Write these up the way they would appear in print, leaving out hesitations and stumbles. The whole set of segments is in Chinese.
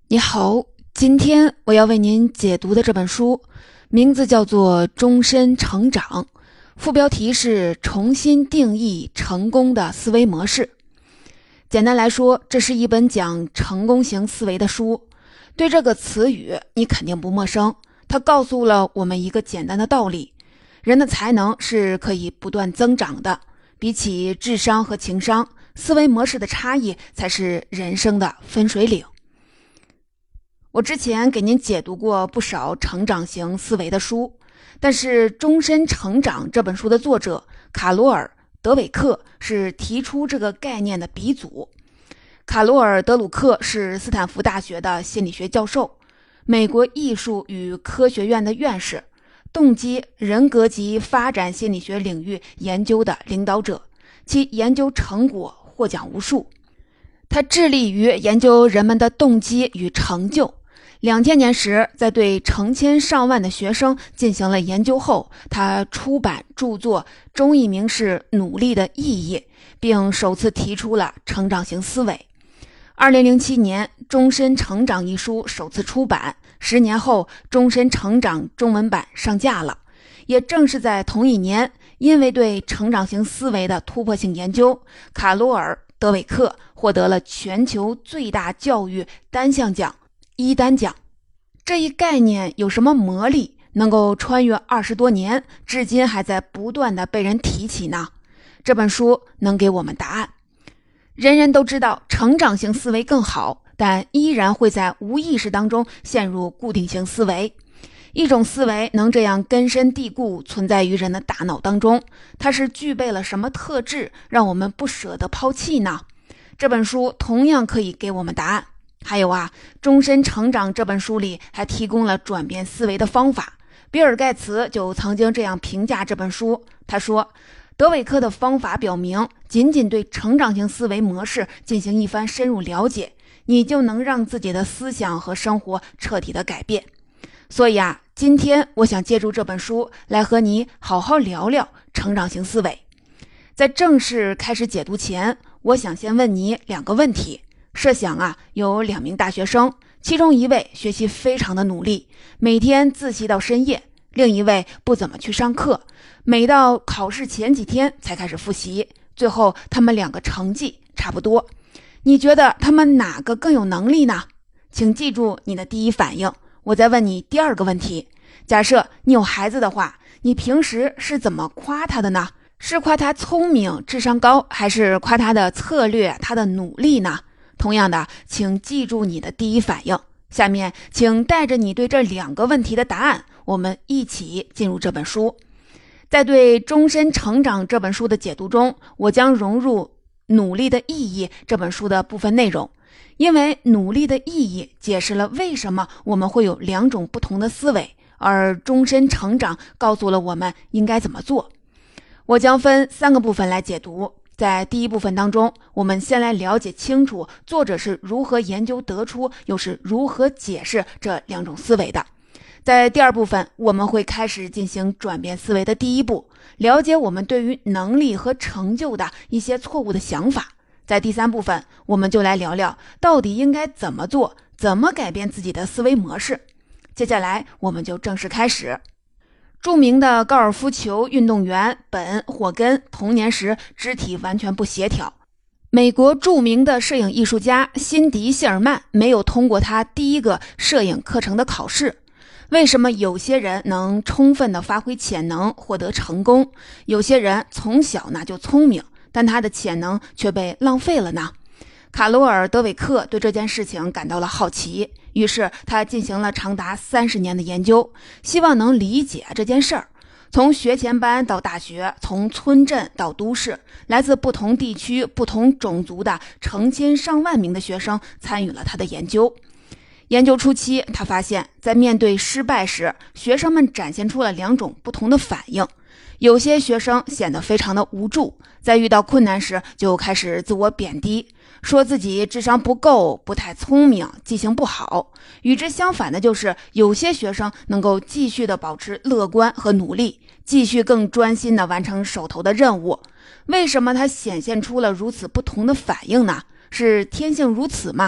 你好，今天我要为您解读的这本书名字叫做《终身成长》，副标题是重新定义成功的思维模式。简单来说，这是一本讲成功型思维的书。对这个词语你肯定不陌生，它告诉了我们一个简单的道理：人的才能是可以不断增长的，比起智商和情商，思维模式的差异才是人生的分水岭。我之前给您解读过不少成长型思维的书，但是《终身成长》这本书的作者卡罗尔·德韦克是提出这个概念的鼻祖。卡罗尔·德鲁克是斯坦福大学的心理学教授，美国艺术与科学院的院士，动机、人格及发展心理学领域研究的领导者，其研究成果获奖无数。他致力于研究人们的动机与成就。2000年时，在对成千上万的学生进行了研究后，他出版著作，中译名是《努力的意义》，并首次提出了成长型思维。2007年，《终身成长》一书首次出版，10年后，《终身成长》中文版上架了。也正是在同一年，因为对成长型思维的突破性研究，卡罗尔·德韦克获得了全球最大教育单项奖伊丹奖。这一概念有什么魔力，能够穿越20多年，至今还在不断的被人提起呢？这本书能给我们答案。人人都知道成长型思维更好，但依然会在无意识当中陷入固定型思维。一种思维能这样根深蒂固存在于人的大脑当中，它是具备了什么特质，让我们不舍得抛弃呢？这本书同样可以给我们答案。还有《终身成长》这本书里还提供了转变思维的方法。比尔盖茨就曾经这样评价这本书，他说，德韦克的方法表明，仅仅对成长型思维模式进行一番深入了解，你就能让自己的思想和生活彻底的改变。所以今天我想借助这本书来和你好好聊聊成长型思维。在正式开始解读前，我想先问你2个问题。设想有2名大学生，其中一位学习非常的努力，每天自习到深夜，另一位不怎么去上课，每到考试前几天才开始复习，最后他们2个成绩差不多。你觉得他们哪个更有能力呢？请记住你的第一反应。我再问你第2个问题，假设你有孩子的话，你平时是怎么夸他的呢？是夸他聪明、智商高，还是夸他的策略、他的努力呢？同样的，请记住你的第一反应。下面请带着你对这2个问题的答案，我们一起进入这本书。在对《终身成长》这本书的解读中，我将融入《努力的意义》这本书的部分内容，因为努力的意义解释了为什么我们会有2种不同的思维，而终身成长告诉了我们应该怎么做。我将分3个部分来解读。在第一部分当中，我们先来了解清楚作者是如何研究得出又是如何解释这2种思维的。在第2部分，我们会开始进行转变思维的第一步，了解我们对于能力和成就的一些错误的想法。在第3部分，我们就来聊聊到底应该怎么做，怎么改变自己的思维模式。接下来我们就正式开始。著名的高尔夫球运动员本·霍根童年时肢体完全不协调。美国著名的摄影艺术家辛迪·谢尔曼没有通过他第一个摄影课程的考试。为什么有些人能充分的发挥潜能，获得成功，有些人从小就聪明，但他的潜能却被浪费了呢？卡罗尔·德韦克对这件事情感到了好奇，于是他进行了长达30年的研究，希望能理解这件事儿。从学前班到大学，从村镇到都市，来自不同地区、不同种族的成千上万名的学生参与了他的研究。研究初期，他发现在面对失败时，学生们展现出了2种不同的反应。有些学生显得非常的无助，在遇到困难时就开始自我贬低，说自己智商不够，不太聪明，记性不好。与之相反的就是有些学生能够继续的保持乐观和努力，继续更专心的完成手头的任务。为什么它显现出了如此不同的反应呢？是天性如此吗？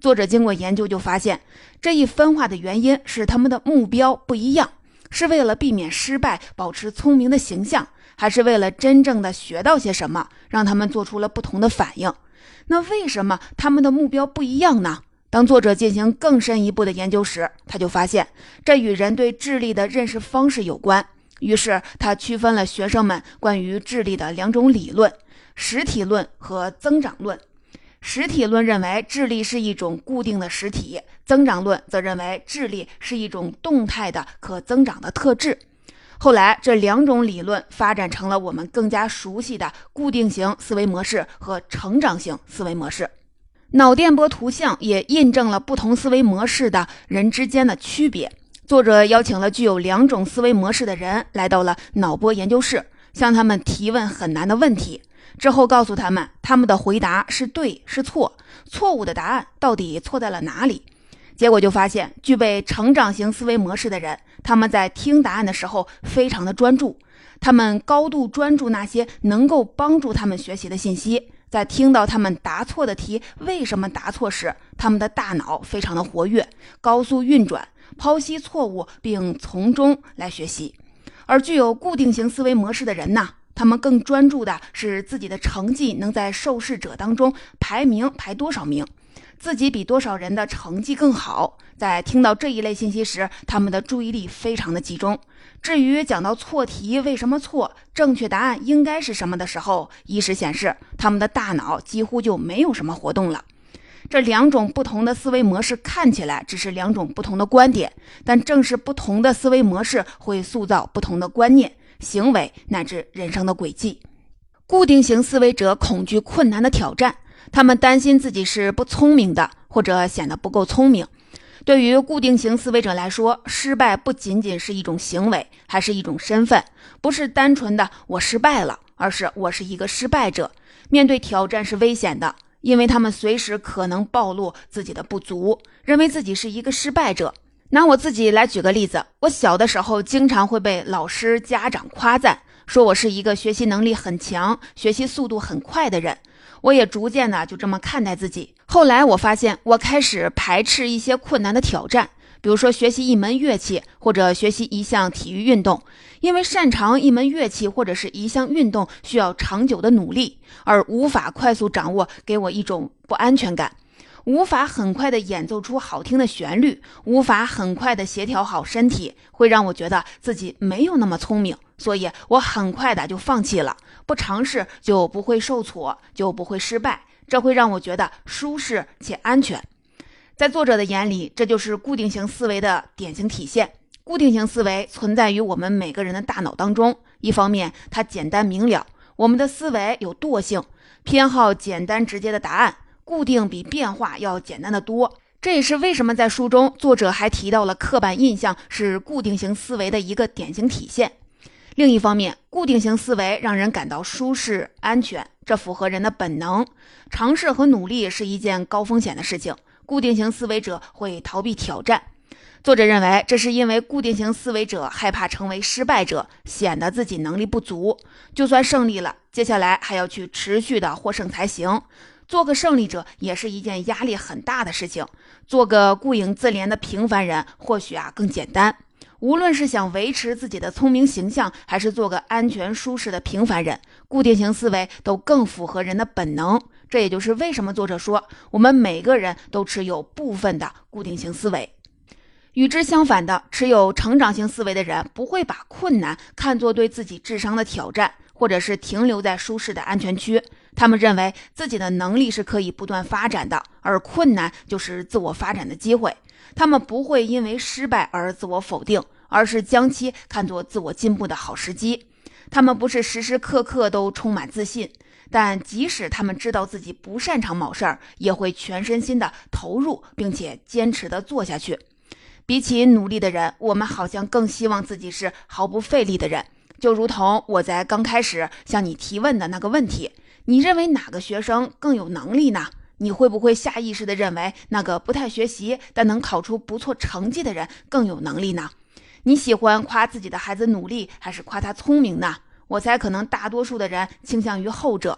作者经过研究就发现，这一分化的原因是他们的目标不一样，是为了避免失败，保持聪明的形象，还是为了真正的学到些什么，让他们做出了不同的反应。那为什么他们的目标不一样呢？当作者进行更深一步的研究时，他就发现这与人对智力的认识方式有关。于是他区分了学生们关于智力的两种理论：实体论和增长论。实体论认为智力是一种固定的实体，增长论则认为智力是一种动态的可增长的特质。后来这两种理论发展成了我们更加熟悉的固定型思维模式和成长型思维模式。脑电波图像也印证了不同思维模式的人之间的区别。作者邀请了具有两种思维模式的人来到了脑波研究室，向他们提问很难的问题，之后告诉他们他们的回答是对是错，错误的答案到底错在了哪里。结果就发现，具备成长型思维模式的人，他们在听答案的时候非常的专注，他们高度专注那些能够帮助他们学习的信息。在听到他们答错的题为什么答错时，他们的大脑非常的活跃，高速运转，剖析错误并从中来学习。而具有固定型思维模式的人呢，他们更专注的是自己的成绩能在受试者当中排多少名，自己比多少人的成绩更好。在听到这一类信息时，他们的注意力非常的集中。至于讲到错题为什么错，正确答案应该是什么的时候，医师显示他们的大脑几乎就没有什么活动了。这两种不同的思维模式看起来只是两种不同的观点，但正是不同的思维模式会塑造不同的观念、行为乃至人生的轨迹。固定型思维者恐惧困难的挑战，他们担心自己是不聪明的，或者显得不够聪明。对于固定型思维者来说，失败不仅仅是一种行为，还是一种身份，不是单纯的我失败了，而是我是一个失败者。面对挑战是危险的，因为他们随时可能暴露自己的不足，认为自己是一个失败者。拿我自己来举个例子，我小的时候经常会被老师、家长夸赞，说我是一个学习能力很强、学习速度很快的人。我也逐渐的就这么看待自己。后来我发现，我开始排斥一些困难的挑战，比如说学习一门乐器，或者学习一项体育运动。因为擅长一门乐器或者是一项运动需要长久的努力，而无法快速掌握，给我一种不安全感。无法很快的演奏出好听的旋律，无法很快的协调好身体，会让我觉得自己没有那么聪明，所以我很快的就放弃了。不尝试就不会受挫，就不会失败，这会让我觉得舒适且安全。在作者的眼里，这就是固定型思维的典型体现。固定型思维存在于我们每个人的大脑当中，一方面它简单明了，我们的思维有惰性，偏好简单直接的答案，固定比变化要简单的多。这也是为什么在书中作者还提到了刻板印象是固定型思维的一个典型体现。另一方面，固定型思维让人感到舒适安全，这符合人的本能。尝试和努力是一件高风险的事情，固定型思维者会逃避挑战。作者认为，这是因为固定型思维者害怕成为失败者，显得自己能力不足，就算胜利了，接下来还要去持续的获胜才行。做个胜利者也是一件压力很大的事情，做个顾影自怜的平凡人或许更简单。无论是想维持自己的聪明形象，还是做个安全舒适的平凡人，固定型思维都更符合人的本能。这也就是为什么作者说，我们每个人都持有部分的固定型思维。与之相反的，持有成长型思维的人不会把困难看作对自己智商的挑战，或者是停留在舒适的安全区。他们认为自己的能力是可以不断发展的，而困难就是自我发展的机会。他们不会因为失败而自我否定，而是将其看作自我进步的好时机。他们不是时时刻刻都充满自信，但即使他们知道自己不擅长某事儿，也会全身心的投入，并且坚持的做下去。比起努力的人，我们好像更希望自己是毫不费力的人。就如同我在刚开始向你提问的那个问题，你认为哪个学生更有能力呢？你会不会下意识地认为那个不太学习但能考出不错成绩的人更有能力呢？你喜欢夸自己的孩子努力，还是夸他聪明呢？我猜可能大多数的人倾向于后者。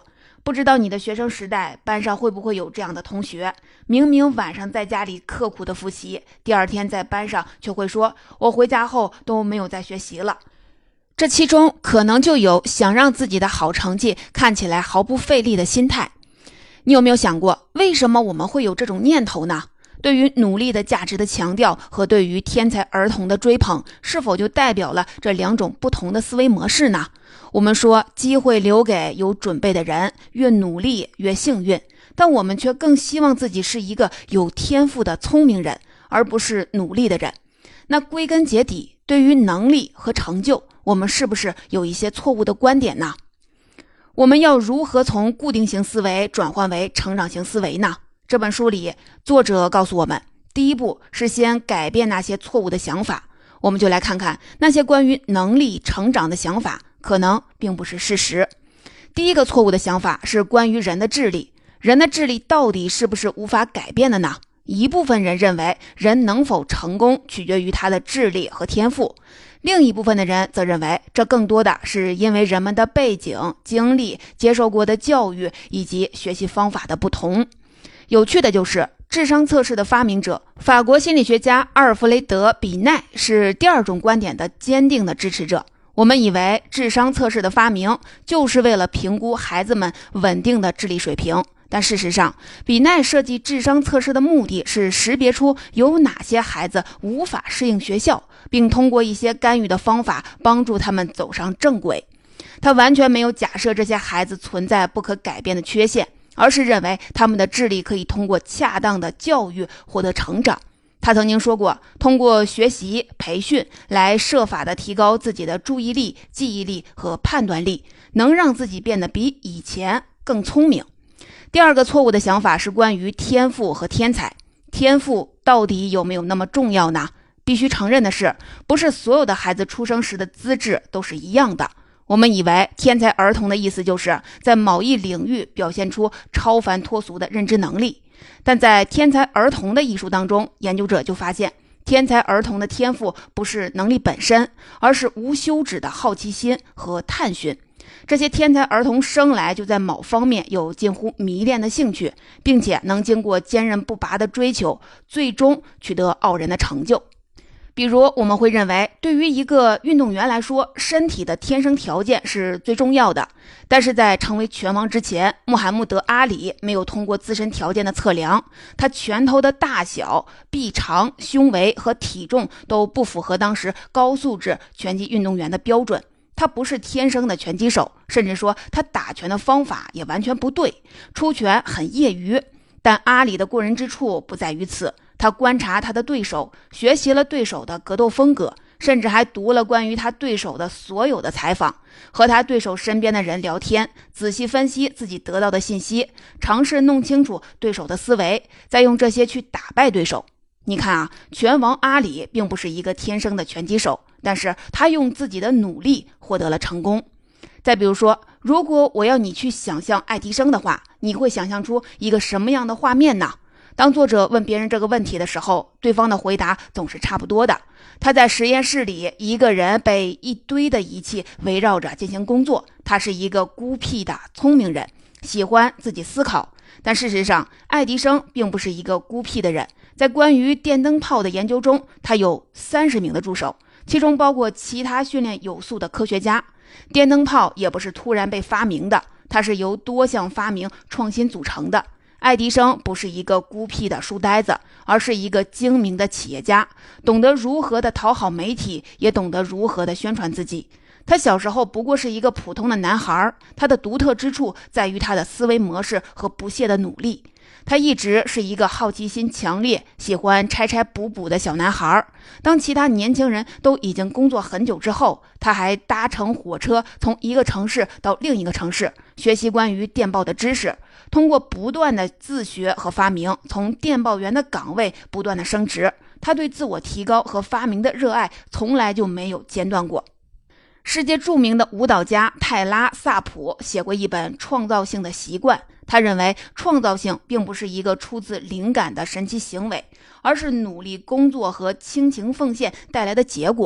不知道你的学生时代班上会不会有这样的同学，明明晚上在家里刻苦的复习，第二天在班上却会说我回家后都没有再学习了。这其中可能就有想让自己的好成绩看起来毫不费力的心态。你有没有想过，为什么我们会有这种念头呢？对于努力的价值的强调和对于天才儿童的追捧，是否就代表了这两种不同的思维模式呢？我们说机会留给有准备的人，越努力越幸运，但我们却更希望自己是一个有天赋的聪明人，而不是努力的人。那归根结底，对于能力和成就，我们是不是有一些错误的观点呢？我们要如何从固定型思维转换为成长型思维呢？这本书里，作者告诉我们，第一步是先改变那些错误的想法。我们就来看看那些关于能力成长的想法，可能并不是事实。第一个错误的想法是关于人的智力。人的智力到底是不是无法改变的呢？一部分人认为人能否成功取决于他的智力和天赋，另一部分的人则认为这更多的是因为人们的背景、经历、接受过的教育以及学习方法的不同。有趣的就是智商测试的发明者法国心理学家阿尔弗雷德·比奈是第二种观点的坚定的支持者。我们以为智商测试的发明就是为了评估孩子们稳定的智力水平，但事实上，比奈设计智商测试的目的是识别出有哪些孩子无法适应学校，并通过一些干预的方法帮助他们走上正轨。他完全没有假设这些孩子存在不可改变的缺陷，而是认为他们的智力可以通过恰当的教育获得成长。他曾经说过，通过学习培训来设法的提高自己的注意力、记忆力和判断力，能让自己变得比以前更聪明。第二个错误的想法是关于天赋和天才。天赋到底有没有那么重要呢？必须承认的是，不是所有的孩子出生时的资质都是一样的。我们以为天才儿童的意思就是在某一领域表现出超凡脱俗的认知能力，但在天才儿童的艺术当中，研究者就发现，天才儿童的天赋不是能力本身，而是无休止的好奇心和探寻。这些天才儿童生来就在某方面有近乎迷恋的兴趣，并且能经过坚韧不拔的追求，最终取得傲人的成就。比如我们会认为，对于一个运动员来说，身体的天生条件是最重要的，但是在成为拳王之前，穆罕默德·阿里没有通过自身条件的测量，他拳头的大小、臂长、胸围和体重都不符合当时高素质拳击运动员的标准。他不是天生的拳击手，甚至说他打拳的方法也完全不对，出拳很业余。但阿里的过人之处不在于此，他观察他的对手，学习了对手的格斗风格，甚至还读了关于他对手的所有的采访，和他对手身边的人聊天，仔细分析自己得到的信息，尝试弄清楚对手的思维，再用这些去打败对手。你看啊，拳王阿里并不是一个天生的拳击手，但是他用自己的努力获得了成功。再比如说，如果我要你去想象爱迪生的话，你会想象出一个什么样的画面呢？当作者问别人这个问题的时候，对方的回答总是差不多的。他在实验室里，一个人被一堆的仪器围绕着进行工作，他是一个孤僻的聪明人，喜欢自己思考。但事实上，爱迪生并不是一个孤僻的人。在关于电灯泡的研究中，他有30名的助手，其中包括其他训练有素的科学家。电灯泡也不是突然被发明的，它是由多项发明创新组成的。爱迪生不是一个孤僻的书呆子，而是一个精明的企业家，懂得如何的讨好媒体，也懂得如何的宣传自己。他小时候不过是一个普通的男孩，他的独特之处在于他的思维模式和不懈的努力。他一直是一个好奇心强烈、喜欢拆拆补补的小男孩。当其他年轻人都已经工作很久之后，他还搭乘火车从一个城市到另一个城市，学习关于电报的知识。通过不断的自学和发明，从电报员的岗位不断的升职。他对自我提高和发明的热爱从来就没有间断过。世界著名的舞蹈家泰拉·萨普写过一本《创造性的习惯》。他认为创造性并不是一个出自灵感的神奇行为，而是努力工作和倾情奉献带来的结果。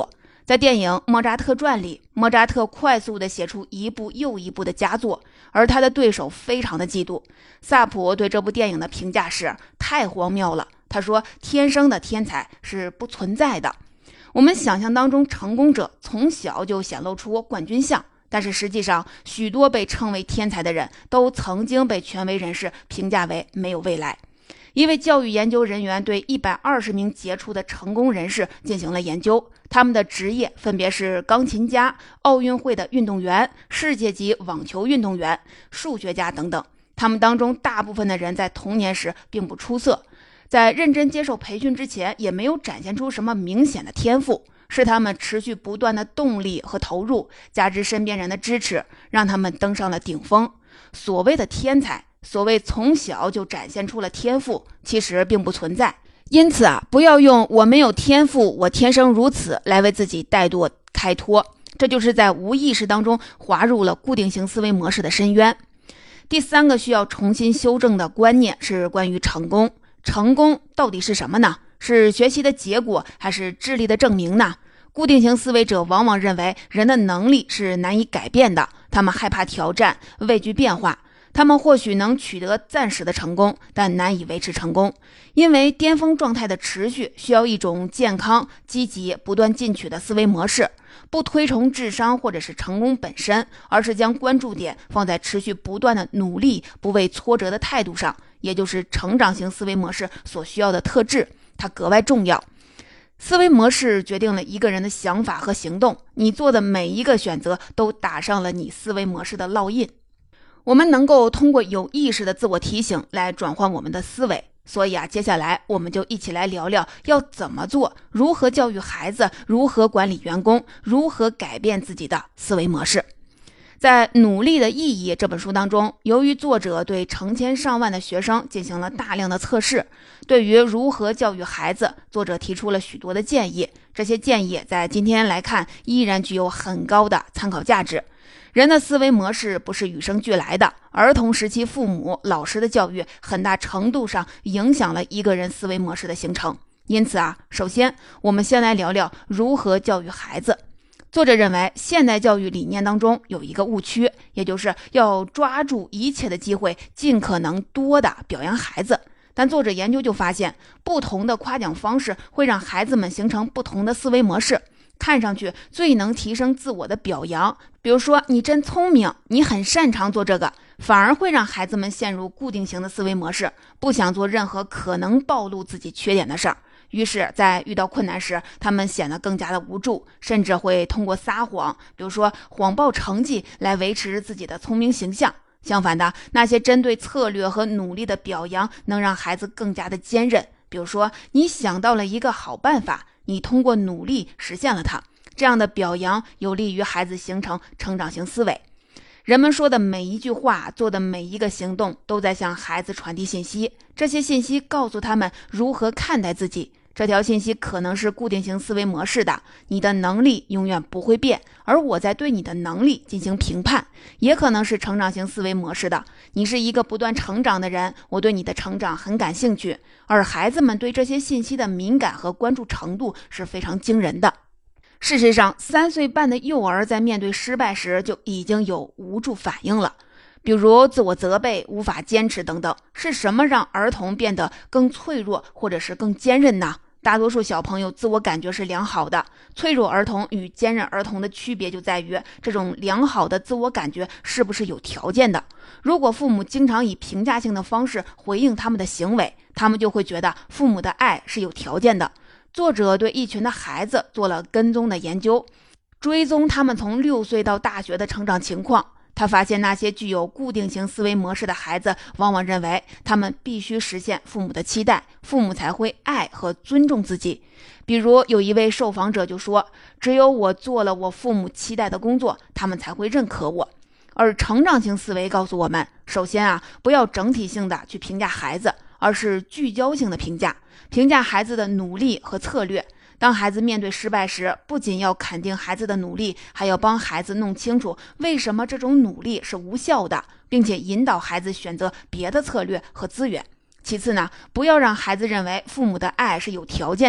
在电影《莫扎特传》里，莫扎特快速地写出一部又一部的佳作，而他的对手非常的嫉妒。萨普对这部电影的评价是太荒谬了，他说天生的天才是不存在的。我们想象当中成功者从小就显露出冠军相，但是实际上许多被称为天才的人都曾经被权威人士评价为没有未来。一位教育研究人员对120名杰出的成功人士进行了研究，他们的职业分别是钢琴家、奥运会的运动员、世界级网球运动员、数学家等等。他们当中大部分的人在童年时并不出色，在认真接受培训之前也没有展现出什么明显的天赋，是他们持续不断的动力和投入，加之身边人的支持，让他们登上了顶峰。所谓的天才，所谓从小就展现出了天赋，其实并不存在。因此不要用我没有天赋，我天生如此来为自己怠惰开脱，这就是在无意识当中滑入了固定型思维模式的深渊。第三个需要重新修正的观念是关于成功。成功到底是什么呢？是学习的结果，还是智力的证明呢？固定型思维者往往认为人的能力是难以改变的，他们害怕挑战，畏惧变化。他们或许能取得暂时的成功，但难以维持成功，因为巅峰状态的持续需要一种健康、积极、不断进取的思维模式，不推崇智商或者是成功本身，而是将关注点放在持续不断的努力、不畏挫折的态度上，也就是成长型思维模式所需要的特质，它格外重要。思维模式决定了一个人的想法和行动，你做的每一个选择都打上了你思维模式的烙印。我们能够通过有意识的自我提醒来转换我们的思维，所以接下来我们就一起来聊聊要怎么做，如何教育孩子，如何管理员工，如何改变自己的思维模式。在《努力的意义》这本书当中，由于作者对成千上万的学生进行了大量的测试，对于如何教育孩子，作者提出了许多的建议。这些建议在今天来看依然具有很高的参考价值。人的思维模式不是与生俱来的，儿童时期父母、老师的教育很大程度上影响了一个人思维模式的形成。因此首先我们先来聊聊如何教育孩子。作者认为现代教育理念当中有一个误区，也就是要抓住一切的机会，尽可能多的表扬孩子。但作者研究就发现，不同的夸奖方式会让孩子们形成不同的思维模式。看上去最能提升自我的表扬，比如说你真聪明，你很擅长做这个，反而会让孩子们陷入固定型的思维模式，不想做任何可能暴露自己缺点的事儿。于是在遇到困难时，他们显得更加的无助，甚至会通过撒谎，比如说谎报成绩来维持自己的聪明形象。相反的，那些针对策略和努力的表扬能让孩子更加的坚韧，比如说你想到了一个好办法，你通过努力实现了它，这样的表扬有利于孩子形成成长型思维。人们说的每一句话，做的每一个行动，都在向孩子传递信息，这些信息告诉他们如何看待自己。这条信息可能是固定型思维模式的，你的能力永远不会变，而我在对你的能力进行评判。也可能是成长型思维模式的，你是一个不断成长的人，我对你的成长很感兴趣。而孩子们对这些信息的敏感和关注程度是非常惊人的。事实上，3岁半的幼儿在面对失败时就已经有无助反应了，比如自我责备、无法坚持等等。是什么让儿童变得更脆弱或者是更坚韧呢？大多数小朋友自我感觉是良好的，脆弱儿童与坚韧儿童的区别就在于这种良好的自我感觉是不是有条件的。如果父母经常以评价性的方式回应他们的行为，他们就会觉得父母的爱是有条件的。作者对一群的孩子做了跟踪的研究，追踪他们从6岁到大学的成长情况。他发现那些具有固定型思维模式的孩子往往认为他们必须实现父母的期待，父母才会爱和尊重自己。比如有一位受访者就说，只有我做了我父母期待的工作，他们才会认可我。而成长型思维告诉我们，首先不要整体性的去评价孩子，而是聚焦性的评价孩子的努力和策略。当孩子面对失败时，不仅要肯定孩子的努力，还要帮孩子弄清楚为什么这种努力是无效的，并且引导孩子选择别的策略和资源。其次不要让孩子认为父母的爱是有条件的，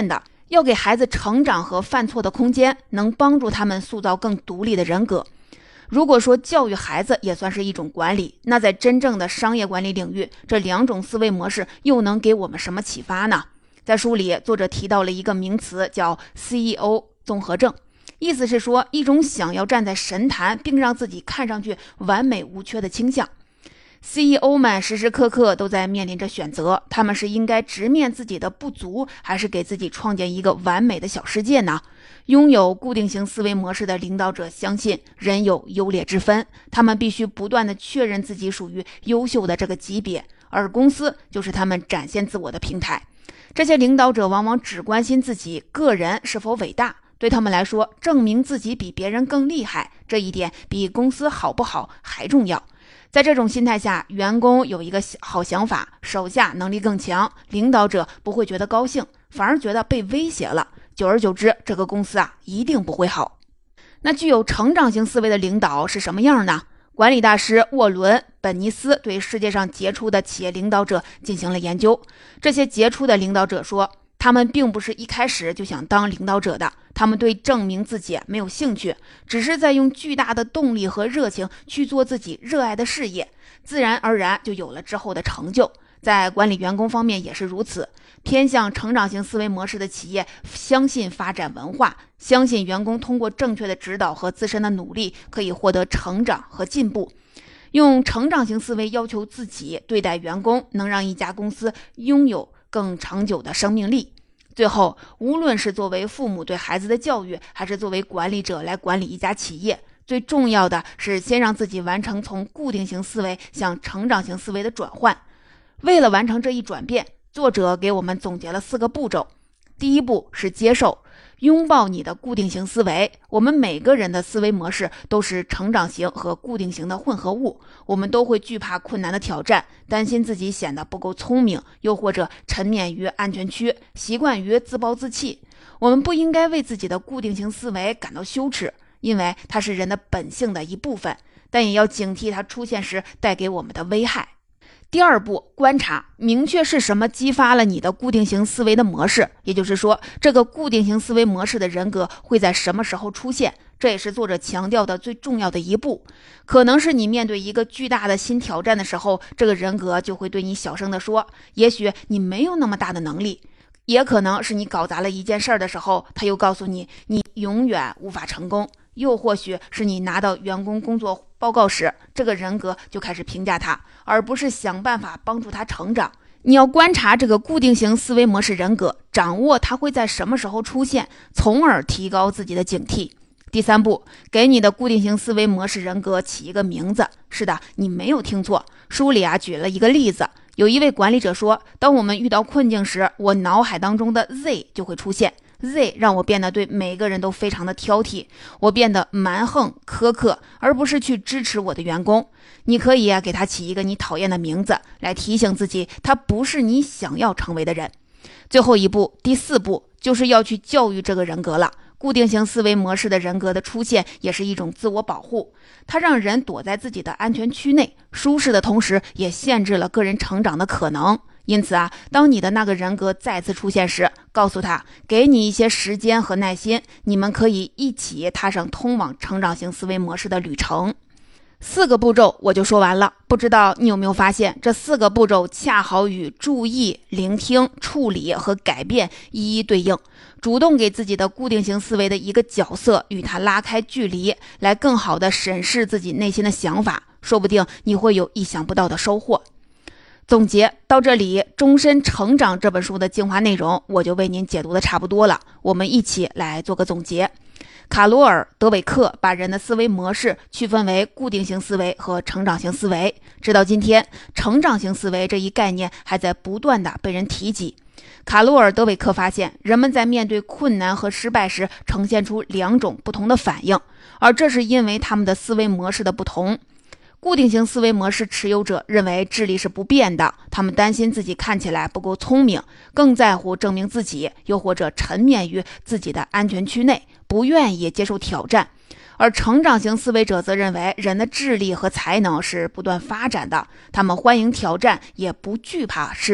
要给孩子成长和犯错的空间，能帮助他们塑造更独立的人格。如果说教育孩子也算是一种管理，那在真正的商业管理领域，这两种思维模式又能给我们什么启发呢？在书里，作者提到了一个名词，叫 CEO 综合症，意思是说一种想要站在神坛并让自己看上去完美无缺的倾向。CEO 们时时刻刻都在面临着选择，他们是应该直面自己的不足，还是给自己创建一个完美的小世界呢？拥有固定型思维模式的领导者相信人有优劣之分，他们必须不断地确认自己属于优秀的这个级别，而公司就是他们展现自我的平台。这些领导者往往只关心自己个人是否伟大，对他们来说，证明自己比别人更厉害，这一点比公司好不好还重要。在这种心态下，员工有一个好想法，手下能力更强，领导者不会觉得高兴，反而觉得被威胁了。久而久之，这个公司一定不会好。那具有成长型思维的领导是什么样呢？管理大师沃伦·本尼斯对世界上杰出的企业领导者进行了研究。这些杰出的领导者说，他们并不是一开始就想当领导者的，他们对证明自己没有兴趣，只是在用巨大的动力和热情去做自己热爱的事业，自然而然就有了之后的成就。在管理员工方面也是如此，偏向成长型思维模式的企业相信发展文化，相信员工通过正确的指导和自身的努力可以获得成长和进步。用成长型思维要求自己对待员工，能让一家公司拥有更长久的生命力。最后，无论是作为父母对孩子的教育，还是作为管理者来管理一家企业，最重要的是先让自己完成从固定型思维向成长型思维的转换。为了完成这一转变，作者给我们总结了4个步骤。第一步是接受，拥抱你的固定型思维。我们每个人的思维模式都是成长型和固定型的混合物，我们都会惧怕困难的挑战，担心自己显得不够聪明，又或者沉湎于安全区，习惯于自暴自弃。我们不应该为自己的固定型思维感到羞耻，因为它是人的本性的一部分，但也要警惕它出现时带给我们的危害。第二步，观察，明确是什么激发了你的固定型思维的模式，也就是说，这个固定型思维模式的人格会在什么时候出现，这也是作者强调的最重要的一步。可能是你面对一个巨大的新挑战的时候，这个人格就会对你小声地说，也许你没有那么大的能力，也可能是你搞砸了一件事的时候，他又告诉你，你永远无法成功。又或许是你拿到员工工作报告时，这个人格就开始评价他，而不是想办法帮助他成长。你要观察这个固定型思维模式人格，掌握它会在什么时候出现，从而提高自己的警惕。第三步，给你的固定型思维模式人格起一个名字。是的，你没有听错，书里举了一个例子，有一位管理者说，当我们遇到困境时，我脑海当中的 Z 就会出现。Z 让我变得对每个人都非常的挑剔，我变得蛮横苛刻，而不是去支持我的员工。你可以给他起一个你讨厌的名字，来提醒自己他不是你想要成为的人。最后一步，第4步，就是要去教育这个人格了。固定型思维模式的人格的出现也是一种自我保护，它让人躲在自己的安全区内，舒适的同时也限制了个人成长的可能。因此当你的那个人格再次出现时，告诉他，给你一些时间和耐心，你们可以一起踏上通往成长型思维模式的旅程。4个步骤我就说完了，不知道你有没有发现，这4个步骤恰好与注意、聆听、处理和改变一一对应。主动给自己的固定型思维的一个角色，与它拉开距离，来更好地审视自己内心的想法，说不定你会有意想不到的收获。总结到这里，《终身成长》这本书的精华内容我就为您解读的差不多了，我们一起来做个总结。卡罗尔·德韦克把人的思维模式区分为固定型思维和成长型思维，直到今天，成长型思维这一概念还在不断地被人提及。卡罗尔·德韦克发现，人们在面对困难和失败时呈现出2种不同的反应，而这是因为他们的思维模式的不同。固定型思维模式持有者认为智力是不变的，他们担心自己看起来不够聪明，更在乎证明自己，又或者沉湎于自己的安全区内，不愿意接受挑战。而成长型思维者则认为人的智力和才能是不断发展的，他们欢迎挑战，也不惧怕失败。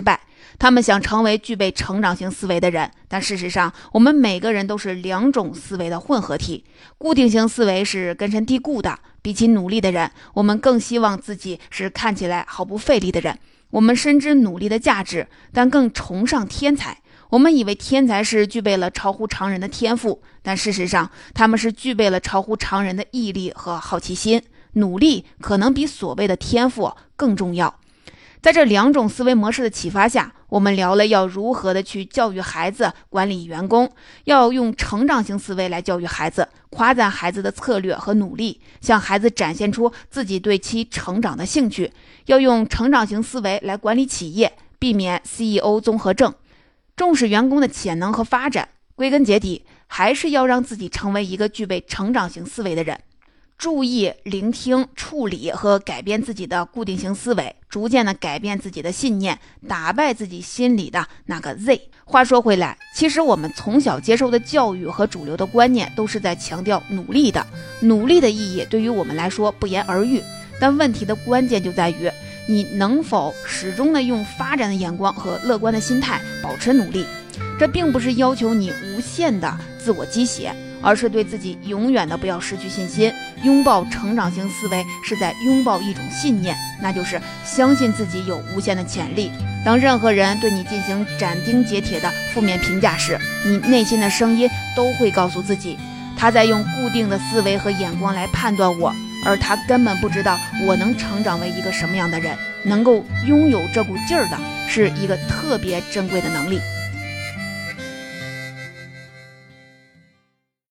他们想成为具备成长型思维的人，但事实上，我们每个人都是两种思维的混合体。固定型思维是根深蒂固的，比起努力的人，我们更希望自己是看起来毫不费力的人。我们深知努力的价值，但更崇尚天才。我们以为天才是具备了超乎常人的天赋，但事实上，他们是具备了超乎常人的毅力和好奇心。努力可能比所谓的天赋更重要。在这两种思维模式的启发下，我们聊了要如何的去教育孩子、管理员工，要用成长型思维来教育孩子，夸赞孩子的策略和努力，向孩子展现出自己对其成长的兴趣，要用成长型思维来管理企业，避免 CEO 综合症，重视员工的潜能和发展。归根结底，还是要让自己成为一个具备成长型思维的人。注意聆听、处理和改变自己的固定型思维，逐渐的改变自己的信念，打败自己心里的那个 Z。 话说回来，其实我们从小接受的教育和主流的观念都是在强调努力的，努力的意义对于我们来说不言而喻，但问题的关键就在于你能否始终的用发展的眼光和乐观的心态保持努力。这并不是要求你无限的自我鸡血，而是对自己永远的不要失去信心。拥抱成长型思维是在拥抱一种信念，那就是相信自己有无限的潜力。当任何人对你进行斩钉截铁的负面评价时，你内心的声音都会告诉自己，他在用固定的思维和眼光来判断我，而他根本不知道我能成长为一个什么样的人。能够拥有这股劲儿的是一个特别珍贵的能力。